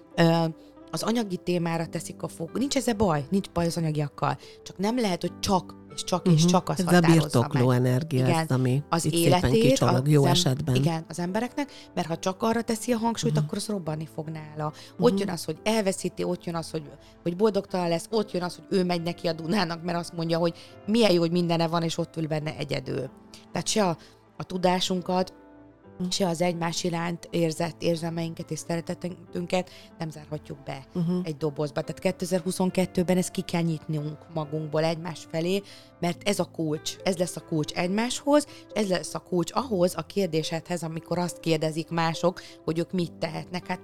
az anyagi témára teszik a fókuszt. Nincs ezzel baj, nincs baj az anyagiakkal. Csak nem lehet, hogy csak és csak az határozza meg. Ez a birtokló
energia,
igen,
ez, ami
az
itt
életét,
szépen kicsolog, jó esetben.
Igen, az embereknek, mert ha csak arra teszi a hangsúlyt, akkor az robbanni fog nála. Ott jön az, hogy elveszíti, ott jön az, hogy boldogtalan lesz, ott jön az, hogy ő megy neki a Dunának, mert azt mondja, hogy milyen jó, hogy mindene van, és ott ül benne egyedül. Tehát se a tudásunkat, se az egymás iránt érzett érzelmeinket és szeretetünket nem zárhatjuk be egy dobozba. Tehát 2022-ben ezt ki kell nyitnunk magunkból egymás felé, mert ez a kulcs, ez lesz a kulcs egymáshoz, és ez lesz a kulcs ahhoz a kérdésedhez, amikor azt kérdezik mások, hogy ők mit tehetnek. Hát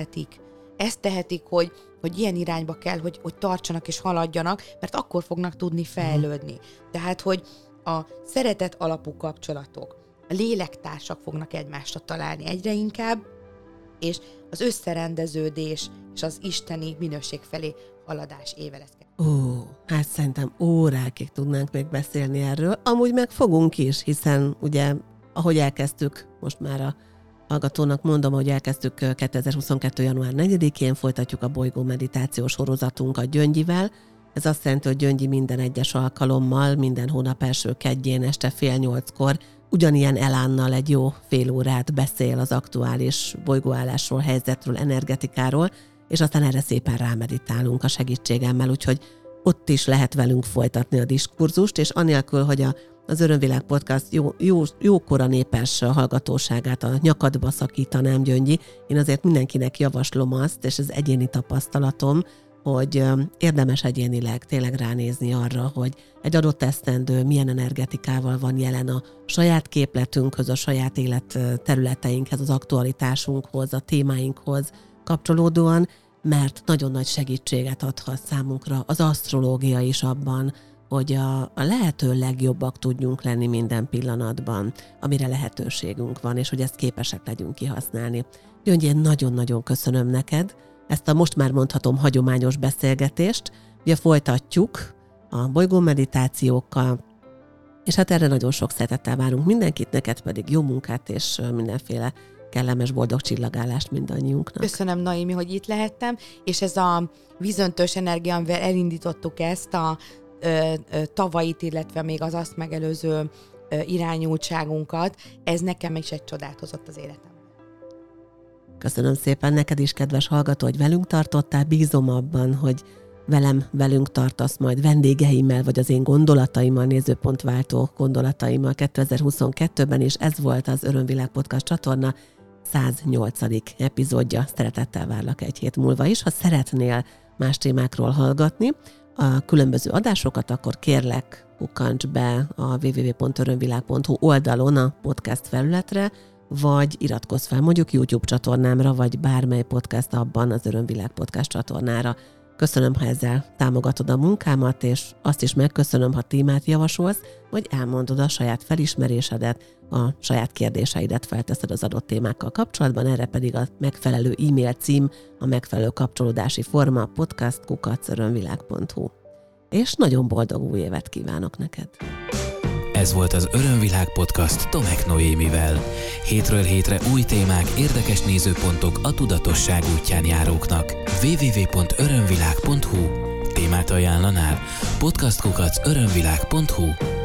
ezt tehetik, hogy ilyen irányba kell, hogy tartsanak és haladjanak, mert akkor fognak tudni fejlődni. Tehát, hogy a szeretet alapú kapcsolatok, a lélektársak fognak egymásra találni egyre inkább, és az összerendeződés és az isteni minőség felé haladás éveleszkedik.
Hát szerintem órákig tudnánk még beszélni erről. Amúgy meg fogunk is, hiszen ugye, ahogy elkezdtük, most már a hallgatónak mondom, hogy elkezdtük 2022. január 4-én, folytatjuk a bolygó meditációs sorozatunkat Gyöngyivel. Ez azt jelenti, hogy Gyöngyi minden egyes alkalommal, minden hónap első keddjén este 7:30-kor ugyanilyen elánnal egy jó fél órát beszél az aktuális bolygóállásról, helyzetről, energetikáról, és aztán erre szépen rámeditálunk a segítségemmel, úgyhogy ott is lehet velünk folytatni a diskurzust, és anélkül, hogy az Örömvilág Podcast jókora népes hallgatóságát a nyakadba szakítanám, Gyöngyi, én azért mindenkinek javaslom azt, és ez egyéni tapasztalatom, hogy érdemes egyénileg tényleg ránézni arra, hogy egy adott esztendő milyen energetikával van jelen a saját képletünkhöz, a saját életterületeinkhez, az aktualitásunkhoz, a témáinkhoz kapcsolódóan, mert nagyon nagy segítséget adhat számunkra az asztrológia is abban, hogy a lehető legjobbak tudjunk lenni minden pillanatban, amire lehetőségünk van, és hogy ezt képesek legyünk kihasználni. Gyöngyi, én nagyon-nagyon köszönöm neked ezt a most már mondhatom hagyományos beszélgetést. Ugye folytatjuk a bolygómeditációkkal, és hát erre nagyon sok szeretettel várunk mindenkit, neked pedig jó munkát és mindenféle kellemes, boldog csillagállást mindannyiunknak.
Köszönöm, Naimi, hogy itt lehettem, és ez a vízöntős energia, amivel elindítottuk ezt a tavait, illetve még az azt megelőző irányultságunkat, ez nekem is egy csodát hozott az életem.
Köszönöm szépen neked is, kedves hallgató, hogy velünk tartottál. Bízom abban, hogy velünk tartasz majd vendégeimmel, vagy az én gondolataimmal, nézőpontváltó gondolataimmal 2022-ben, és ez volt az Örömvilág Podcast csatorna 108. epizódja. Szeretettel várlak egy hét múlva is. Ha szeretnél más témákról hallgatni a különböző adásokat, akkor kérlek, kukkancs be a www.örömvilág.hu oldalon a podcast felületre, vagy iratkozz fel mondjuk YouTube csatornámra, vagy bármely podcast abban az Örömvilág Podcast csatornára. Köszönöm, ha ezzel támogatod a munkámat, és azt is megköszönöm, ha témát javasolsz, vagy elmondod a saját felismerésedet, a saját kérdéseidet felteszed az adott témákkal kapcsolatban, erre pedig a megfelelő e-mail cím, a megfelelő kapcsolódási forma podcast@örömvilág.hu. És nagyon boldog új évet kívánok neked!
Ez volt az Örömvilág Podcast Tomek Noémivel. Hétről hétre új témák, érdekes nézőpontok a tudatosság útján járóknak. www.örömvilág.hu. Témát ajánlanál? podcast@örömvilág.hu.